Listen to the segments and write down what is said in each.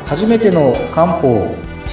初めての漢方。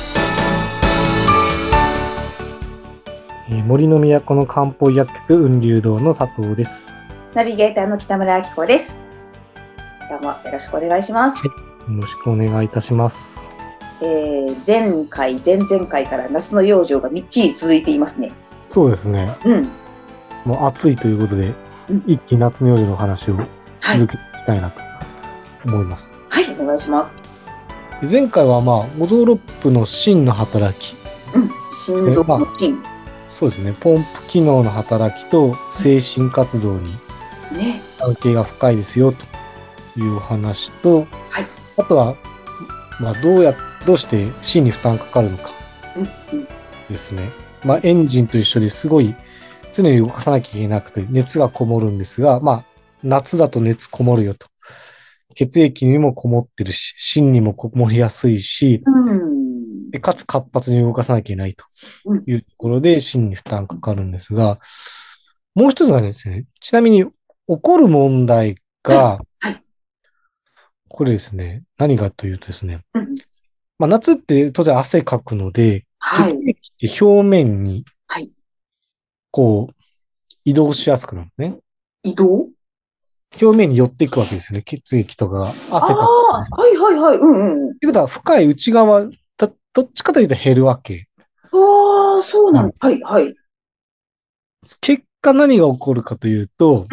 森の都の漢方薬局雲龍堂の佐藤です。 ナビゲーターの北村明子です。今日もよろしくお願いします。 よろしくお願いいたします。 前回、前々回から夏の養生がみっちり続いていますね。 そうですね。もう暑いということで、一気に夏の養生の話を続けていきたいなと思います。 はい、お願いします。 前回はオゾロップの心の働き。 心臓の心。 そうですね。ポンプ機能の働きと精神活動に関係が深いですよというお話と、あとは、どうして心に負担かかるのかですね。エンジンと一緒ですごい常に動かさなきゃいけなくて熱がこもるんですが、夏だと熱こもるよと。血液にもこもってるし、心にもこもりやすいし、かつ活発に動かさなきゃいけないというところで心に負担かかるんですが、もう一つがですね、ちなみに起こる問題が、これですね、何かというとですね、夏って当然汗かくので、血液って表面にこう移動しやすくなるね。 移動？ 表面に寄っていくわけですよね。血液とかが汗かく。 はいはいはい。 ということは深い内側、どっちかというと減るわけ。 そうなんだ。はいはい。 結果何が起こるかというと、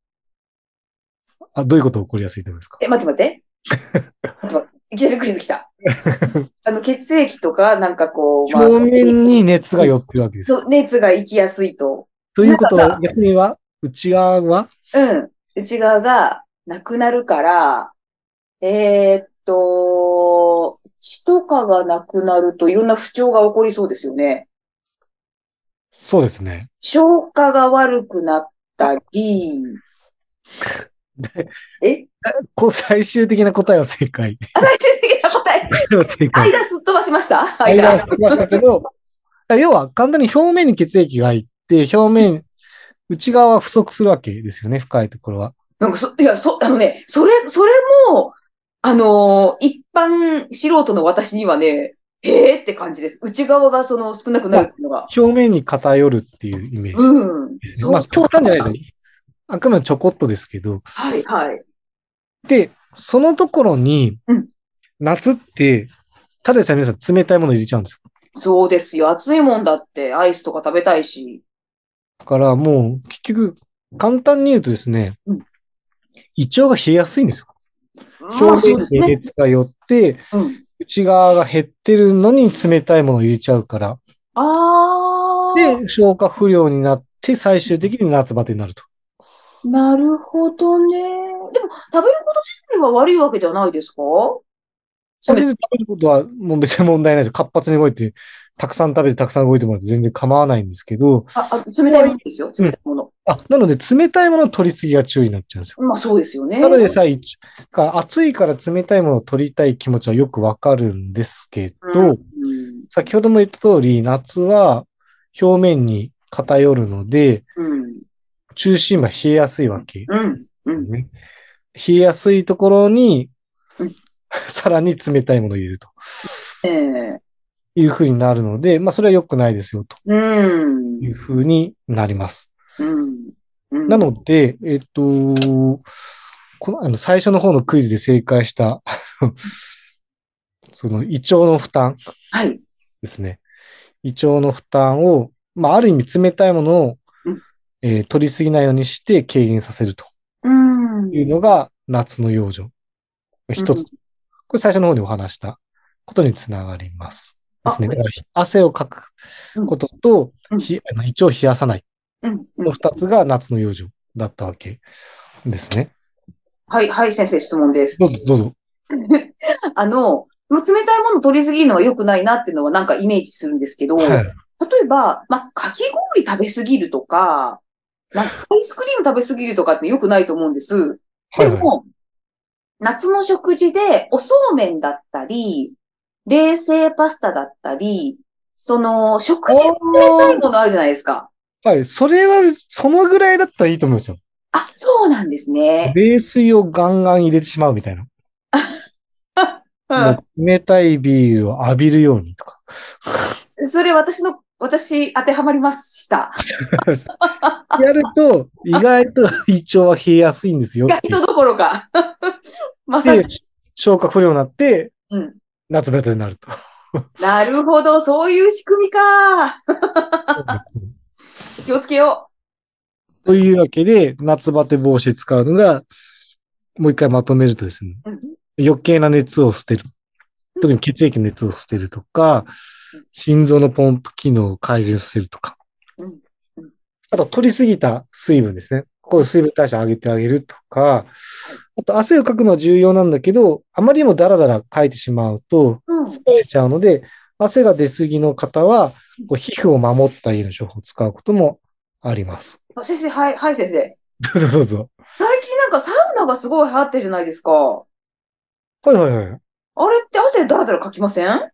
どういうことが起こりやすいと思いますか？ 待って。いきなりクイズ来た。血液とか、 表面に熱が寄ってるわけです。 熱が行きやすいと。 ということは、逆には、内側は内側がなくなるから、血とかがなくなるといろんな不調が起こりそうですよね。 そうですね。 消化が悪くなったり。 最終的な答えは正解。 最終的な答え。間すっ飛ばしました。 間すっ飛ばしたけど、要は簡単に表面に血液が入って、内側は不足するわけですよね、深いところは。 それも、一般素人の私にはね、へーって感じです。内側が少なくなるっていうのが。 表面に偏るっていうイメージですね。極端じゃないですよ。あくまでちょこっとですけど。 はいはい。 で、そのところに、夏って、ただでさえ皆さん冷たいもの入れちゃうんですよ。 そうですよ。暑いもんだってアイスとか食べたいし。 だからもう結局、簡単に言うとですね、胃腸が冷えやすいんですよ。表面に熱が寄って、内側が減ってるのに冷たいものを入れちゃうから。で、消化不良になって、最終的に夏バテになると。 なるほどね。でも、食べること自体は悪いわけではないですか？ 全然食べることはもう別に問題ないです。活発に動いて、たくさん食べてたくさん動いてもらって全然構わないんですけど。 冷たいものですよ。冷たいもの。 なので、冷たいものの取りすぎが注意になっちゃうんですよ。 そうですよね。 ただでさえ、暑いから冷たいものを取りたい気持ちはよくわかるんですけど、先ほども言った通り、夏は表面に偏るので、中心は冷えやすいわけ、冷えやすいところに、さらに冷たいものを入れると。いうふうになるので、それは良くないですよ、というふうになります。なので、最初の方のクイズで正解したその胃腸の負担ですね。胃腸の負担を、ある意味冷たいものを、取りすぎないようにして軽減させるというのが夏の養生。一つ。これ最初の方にお話したことにつながります。ですね。だから汗をかくことと、胃腸を冷やさない。の二つが夏の養生だったわけですね。 はい、はい、先生、質問です。 どうぞ。 冷たいもの取りすぎるのは良くないなっていうのはなんかイメージするんですけど、例えば、かき氷食べすぎるとか、アイスクリーム食べすぎるとかって良くないと思うんです。でも、夏の食事でおそうめんだったり、冷製パスタだったり、食事に冷たいものあるじゃないですか。 はい。それは、そのぐらいだったらいいと思うんですよ。 そうなんですね。 冷水をガンガン入れてしまうみたいな。 もう冷たいビールを浴びるようにとか。 それ私当てはまりました。 やると、意外と胃腸は冷えやすいんですよ意外って言っとどころか。まさして、消化不良になって、 うん。 夏バテになると。 なるほど、そういう仕組みか。気をつけよというわけで、夏バテ防止使うのが、もう一回まとめるとですね、 う。うん。 余計な熱を捨てる。特に血液の熱を捨てるとか、心臓のポンプ機能を改善させるとか、 うん。うん。 あと取りすぎた水分ですね。こういう水分代謝上げてあげるとか、あと汗をかくのは重要なんだけど、あまりにもダラダラかいてしまうとうん。 疲れちゃうので、汗が出すぎの方は、こう皮膚を守った家の処方を使うこともあります。 あ、先生、はい、はい、先生。 どうぞどうぞ。 最近なんかサウナがすごい流行ってるじゃないですか。 はいはいはい。 あれって汗だらだらかきません？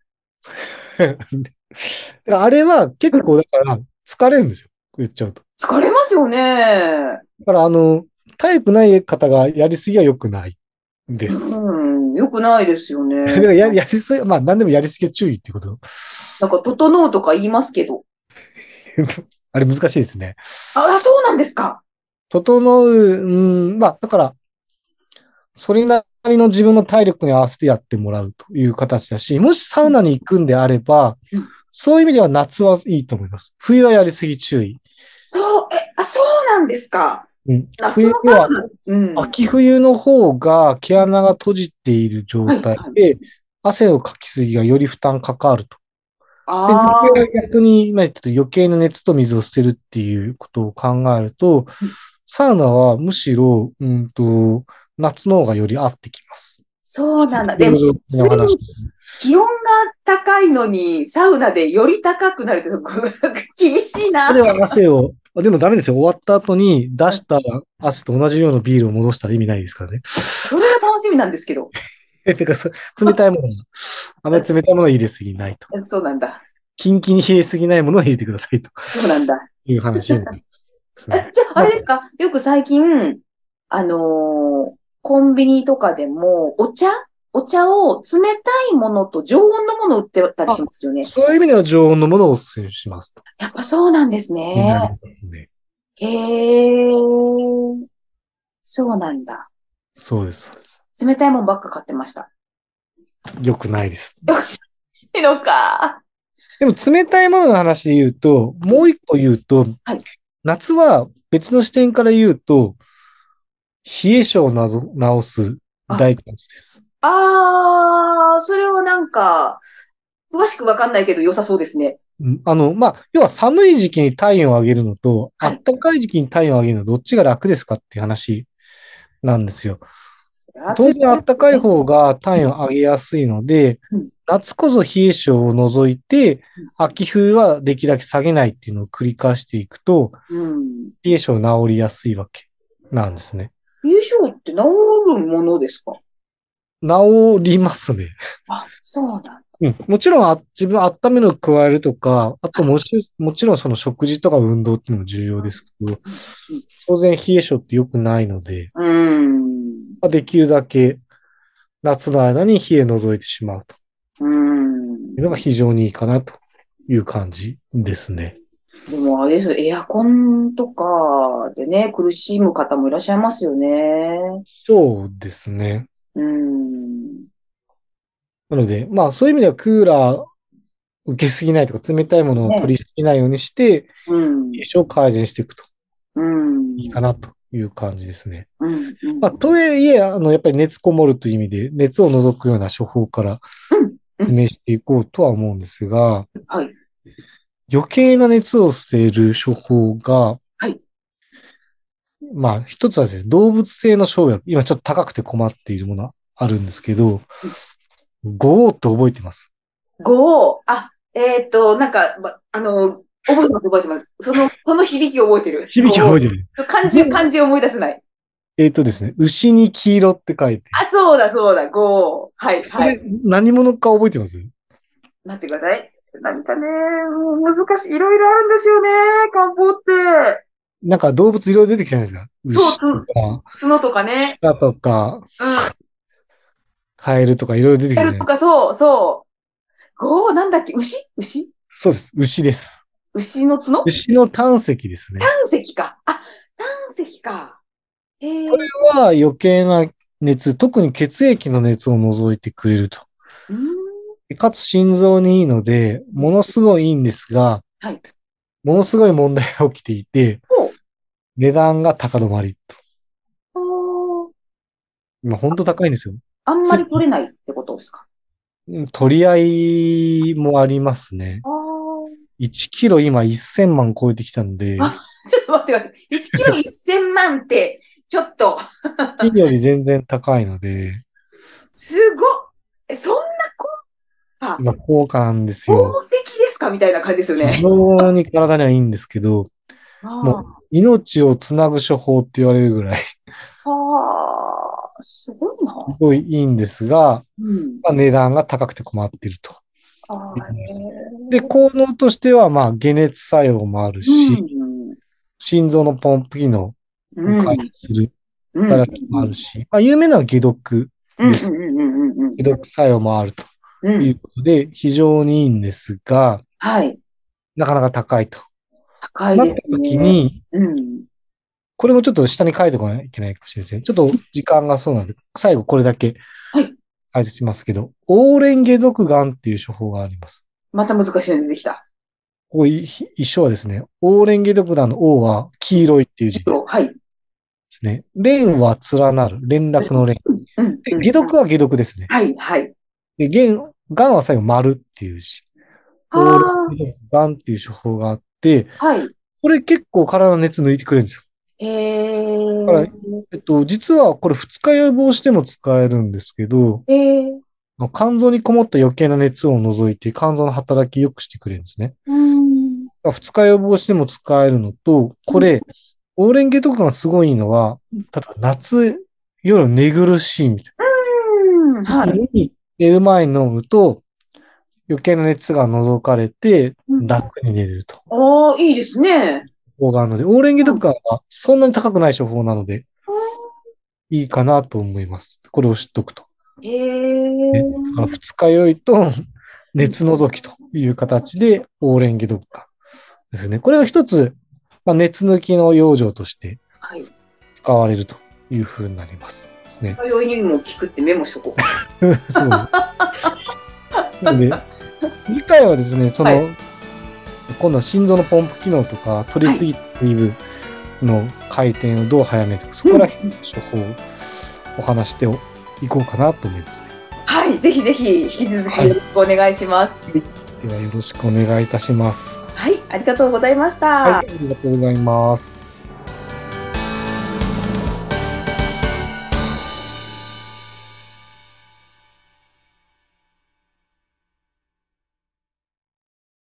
あれは結構だから疲れるんですよ。言っちゃうと。 疲れますよね。 だからタイプない方がやりすぎは良くないんです。 うん、よくないですよだかね。 らやりすぎ、まあ何でもやりすぎは注意ってこと。 なんか、整うとか言いますけど。 あれ難しいですね。 あ、そうなんですか。 整う、まあだから、それなりの自分の体力に合わせてやってもらうという形だし、もしサウナに行くんであれば、 うん。 そういう意味では夏はいいと思います。冬はやりすぎ注意。 そう、そうなんですか。 うん、 夏冬は、 のサウナ。うん。 秋冬の方が毛穴が閉じている状はい、 態はい。 で、汗をかきすぎがより負担かかると。で、人ああ、 間が逆に、今言った余計な熱と水を捨てるっていうことを考えると、サウナはむしろ、夏の方がより合ってきます。 そうなんだ。でも、 いろいろの話。 ついに気温が高いのに、サウナでより高くなるって、厳しいな。 それは汗を、でもダメですよ。終わった後に出した汗と同じ量のビールを戻したら意味ないですからね。 それが楽しみなんですけど。 てか、冷たいものは、あまり冷たいものは入れすぎないと。 そうなんだ。 キンキンに冷えすぎないものを入れてくださいとそうなんだ。 いう話になりますね。 じゃあ、あまあ、 れですか？よく最近、あのコンビニとかでも、お茶を冷たいものと常温のものを売ってたりしあ、 ますよね。 そういう意味では常温のものをお勧めしますと。 やっぱそうなんですね。 になりますね。 へえ、そうなんだ。 そうです、そうです。 冷たいもんばっか買ってました。 よくないです。 いいのか。 でも冷たいものの話で言うと、もう一個言うと、 はい。 夏は別の視点から言うと、冷え性を治すあ、 大チャンスです。 それはなんか、詳しくわかんないけど良さそうですね。 まあ、要は寒い時期に体温を上げるのと、 はい。 暖かい時期に体温を上げるのどっちが楽ですかっていう話なんですよ。 それは当然ついてる暖かいね。 方が体温を上げやすいので、 うん。 夏こそ冷え性を除いて、 うん。 秋冬はできるだけ下げないっていうのを繰り返していくと、 うん。 冷え性治りやすいわけなんですね。 冷え性って治るものですか？ 治りますね。 あ、そうなんだ。 うん。もちろん自分温めるのを加えるとか、あとはい。 もちろんその食事とか運動っていうのも重要ですけど、 うん。うん。 当然冷え性って良くないので、 うん。 まあできるだけ夏の間に冷え除いてしまうとうん。 いうのが非常にいいかなという感じですね。 でもあれですよ、エアコンとかでね、苦しむ方もいらっしゃいますよね。 そうですね。 うん。 なので、まあそういう意味ではクーラー受けすぎないとか冷たいものを取ね。 りすぎないようにして、 うん。 冷え性を改善していくとういいかん。 なという感じですね。 うん。うん。 まあ、とはいえ、やっぱり熱こもるという意味で、熱を除くような処方からうん。うん。 説明していこうとは思うんですが、 はい。 余計な熱を捨てる処方が、 はい。 まあ、一つはですね、動物性の生薬、今ちょっと高くて困っているものあるんですけど、5って覚えてます。 5、なんか、覚えてます、覚えてます。その響きを覚えてる。 響き覚えてる。 漢字を思い出せない。 ですね、牛に黄色って書いて、 あ、そうだ、そうだ、5。はい、 これはい。 何者か覚えてます？ 待ってください。何かね、もう難しい。いろいろあるんですよね、漢方って。 なんか動物いろいろ出てきたじゃないですか。 そう、 牛とか、 角とかね。 鹿とか、 うん。 カエルとかいろいろ出てくるね。 カエルとか、そう、そう。なんだっけ、牛そうです。牛です。 牛の角牛の胆石ですね。 胆石か。あ、胆石か。へこえ。 れは余計な熱、特に血液の熱を除いてくれると。 うーん。 かつ心臓にいいので、ものすごいいいんですが、 はい。 ものすごい問題が起きていて、 お値段が高止まりと。 お。 今本当高いんですよ。 あんまり取れないってことですか？ 取り合いもありますね。1キロ今1000万超えてきたんで、 ちょっと待ってください。1キロ1000万って、ちょっと金より全然高いので、 すごっ。そんな高今高価なんです宝よ。 石ですかみたいな感じですよ非ね。 常に体にはいいんですけど、もうあ命をつなぐ処方って言われるぐらい、すあ、ああ、すごいな。 ごいいいんですが、 うん。 まあ、値段が高くて困っていると。 ああ、へで、効能としては、まあ、解熱作用もあるうし、 ん。 心臓のポンプ機能を開うん。 発するうん。 働きもあるし、まあ、有名なのは解毒うん。うん。 です。 うん。うん。 解毒作用もあるとうん。 いうことで、非常にいいんですが、 はい。 なかなか高いと。 高いですなった時ね。 に、 うん。 これもちょっと下に書いておかないといけないかもしれません。ちょっと時間がそうなんで、最後これだけはい。 解説しますけど、オーレンゲ毒丸っていう処方があります。 また難しいの出てきた。 ここ一緒はですね、オーレンゲ毒丸の O は黄色いっていう字ですはい。 ね。連は連なる。連絡の連。 うん。うん。 で、 うん。 解毒は解毒ですね。 はい。はい。 で、丸は最後丸っていう字。オーレンはゲ毒丸っていう処方があって、 あ。はい。 これ結構体の熱抜いてくれるんですよ。 へだから、 え。 実はこれ二日酔い防止でも使えるんですけど、 へえ。 肝臓にこもった余計な熱を除いて肝臓の働き良くしてくれるんですね。 うん。 二日酔い防止でも使えるのと、これ、オーレンゲとかがすごいのは、例えば夏、夜寝苦しいみたいうん。 なはい。 時に寝る前に飲むと余計な熱が除かれてうん。 楽に寝れると。 ああ、いいですね。 処方があるので、オーレンゲうん。 とかはそんなに高くない処方なのでいいかなと思います。これを知っとくと。 へえ。 だから二日酔いと熱除きという形でオーレンゲドッカですね。これが一つ、まあ、熱抜きの養生としてはい。 使われるというふうになりますですね。 通いにも聞くってメモしとこう。 そうです。なので、次回はですね、 はい。 今度は心臓のポンプ機能とか、取りはい。 すぎた水分の回転をどう早めていくか、そうん。 こら辺の処方をお話していこうかなと思いますね。 はい。ぜひぜひ、引き続きはい。 よろしくお願いします。 ではよろしくお願いいたします。 はい。ありがとうございましはい、あた。 りがとうございます。